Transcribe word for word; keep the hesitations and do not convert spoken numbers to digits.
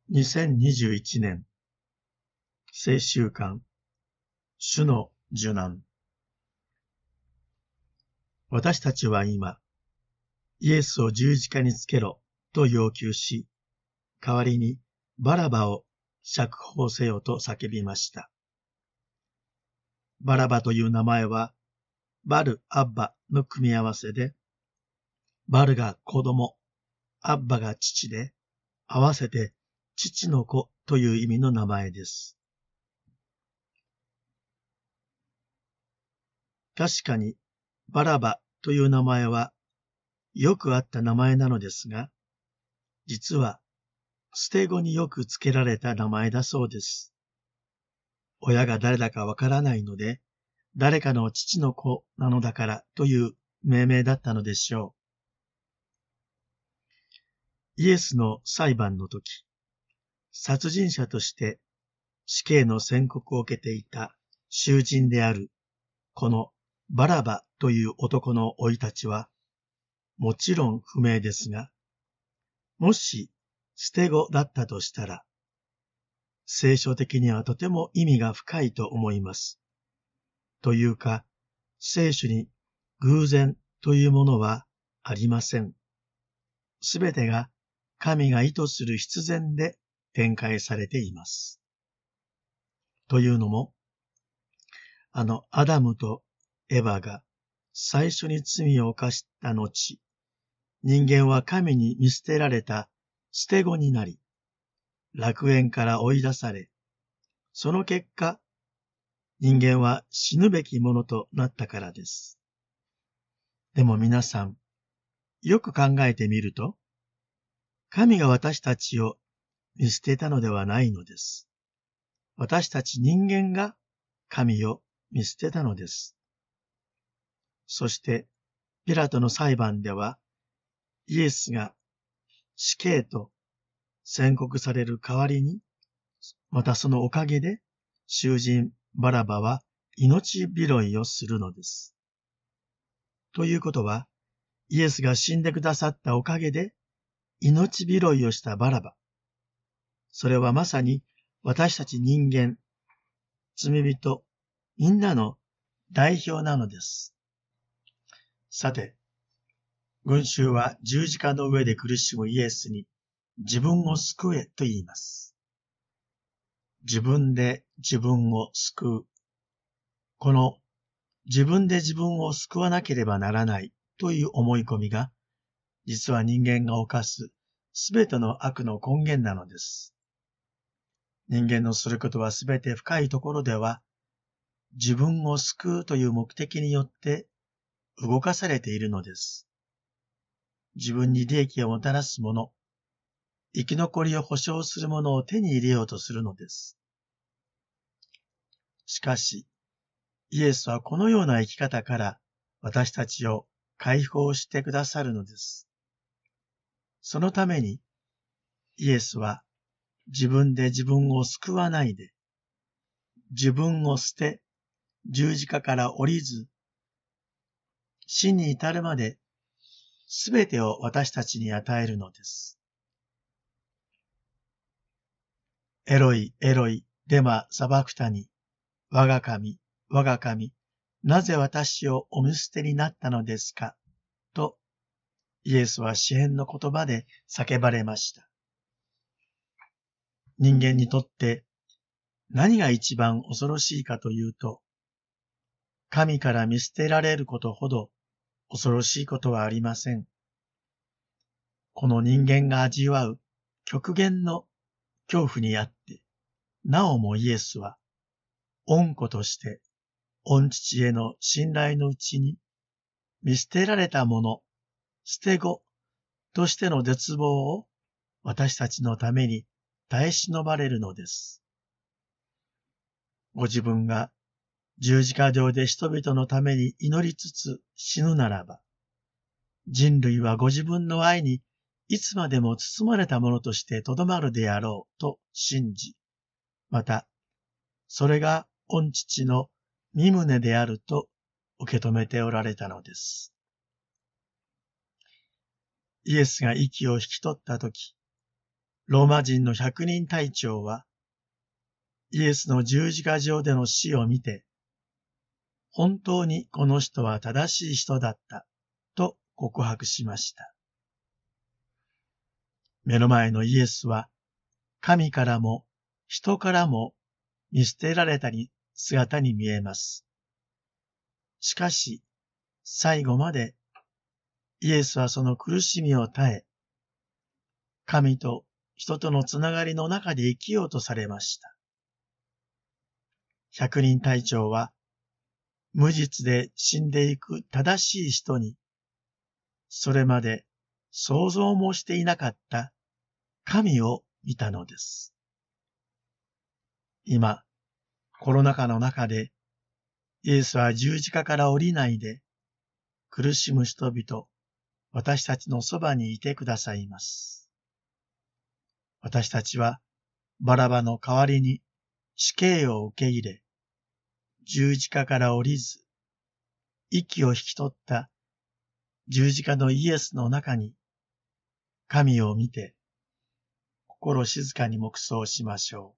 にせんにじゅういちねん聖週間主の受難。私たちは今、イエスを十字架につけろと要求し、代わりにバラバを釈放せよと叫びました。バラバという名前は、バル・アッバの組み合わせで、バルが子供、アッバが父で、合わせて父の子という意味の名前です。確かに、バラバという名前はよくあった名前なのですが、実は捨て子によく付けられた名前だそうです。親が誰だかわからないので、誰かの父の子なのだからという命名だったのでしょう。イエスの裁判の時、殺人者として死刑の宣告を受けていた囚人であるこのバラバという男の生い立ちは、もちろん不明ですが、もし捨て子だったとしたら、聖書的にはとても意味が深いと思います。というか、聖書に偶然というものはありません。すべてが神が意図する必然で展開されています。というのも、あのアダムとエバが最初に罪を犯した後、人間は神に見捨てられた捨て子になり、楽園から追い出され、その結果、人間は死ぬべきものとなったからです。でも皆さん、よく考えてみると、神が私たちを見捨てたのではないのです。私たち人間が神を見捨てたのです。そして、ピラトの裁判では、イエスが死刑と宣告される代わりに、またそのおかげで、囚人バラバは命拾いをするのです。ということは、イエスが死んでくださったおかげで、命拾いをしたバラバ。それはまさに私たち人間、罪人、みんなの代表なのです。さて、群衆は十字架の上で苦しむイエスに自分を救えと言います。自分で自分を救う。この自分で自分を救わなければならないという思い込みが、実は人間が犯すすべての悪の根源なのです。人間のすることはすべて深いところでは、自分を救うという目的によって動かされているのです。自分に利益をもたらすもの、生き残りを保証するものを手に入れようとするのです。しかし、イエスはこのような生き方から私たちを解放してくださるのです。そのために、イエスは自分で自分を救わないで、自分を捨て、十字架から降りず、死に至るまで、すべてを私たちに与えるのです。エロイ、エロイ、レマ、サバクタニ、我が神、我が神、なぜ私をお見捨てになったのですかと、イエスは詩篇の言葉で叫ばれました。人間にとって何が一番恐ろしいかというと、神から見捨てられることほど恐ろしいことはありません。この人間が味わう極限の恐怖にあって、なおもイエスは、恩子として、恩父への信頼のうちに、見捨てられたもの、捨て子としての絶望を私たちのために耐え忍ばれるのです。ご自分が十字架上で人々のために祈りつつ死ぬならば、人類はご自分の愛にいつまでも包まれたものとしてとどまるであろうと信じ、また、それが御父の御胸であると受け止めておられたのです。イエスが息を引き取ったとき、 ローマ人の百人隊長は、イエスの十字架上での死を見て、本当にこの人は正しい人だったと告白しました。目の前のイエスは、神からも人からも見捨てられた姿に見えます。しかし、最後までイエスはその苦しみを耐え、神と人とのつながりの中で生きようとされました。百人隊長は、無実で死んでいく正しい人に、それまで想像もしていなかった神を見たのです。今、コロナ禍の中で、イエスは十字架から降りないで、苦しむ人々、私たちのそばにいてくださいます。私たちは、バラバの代わりに死刑を受け入れ、十字架から降りず、息を引き取った十字架のイエスの中に、神を見て、心静かに黙想しましょう。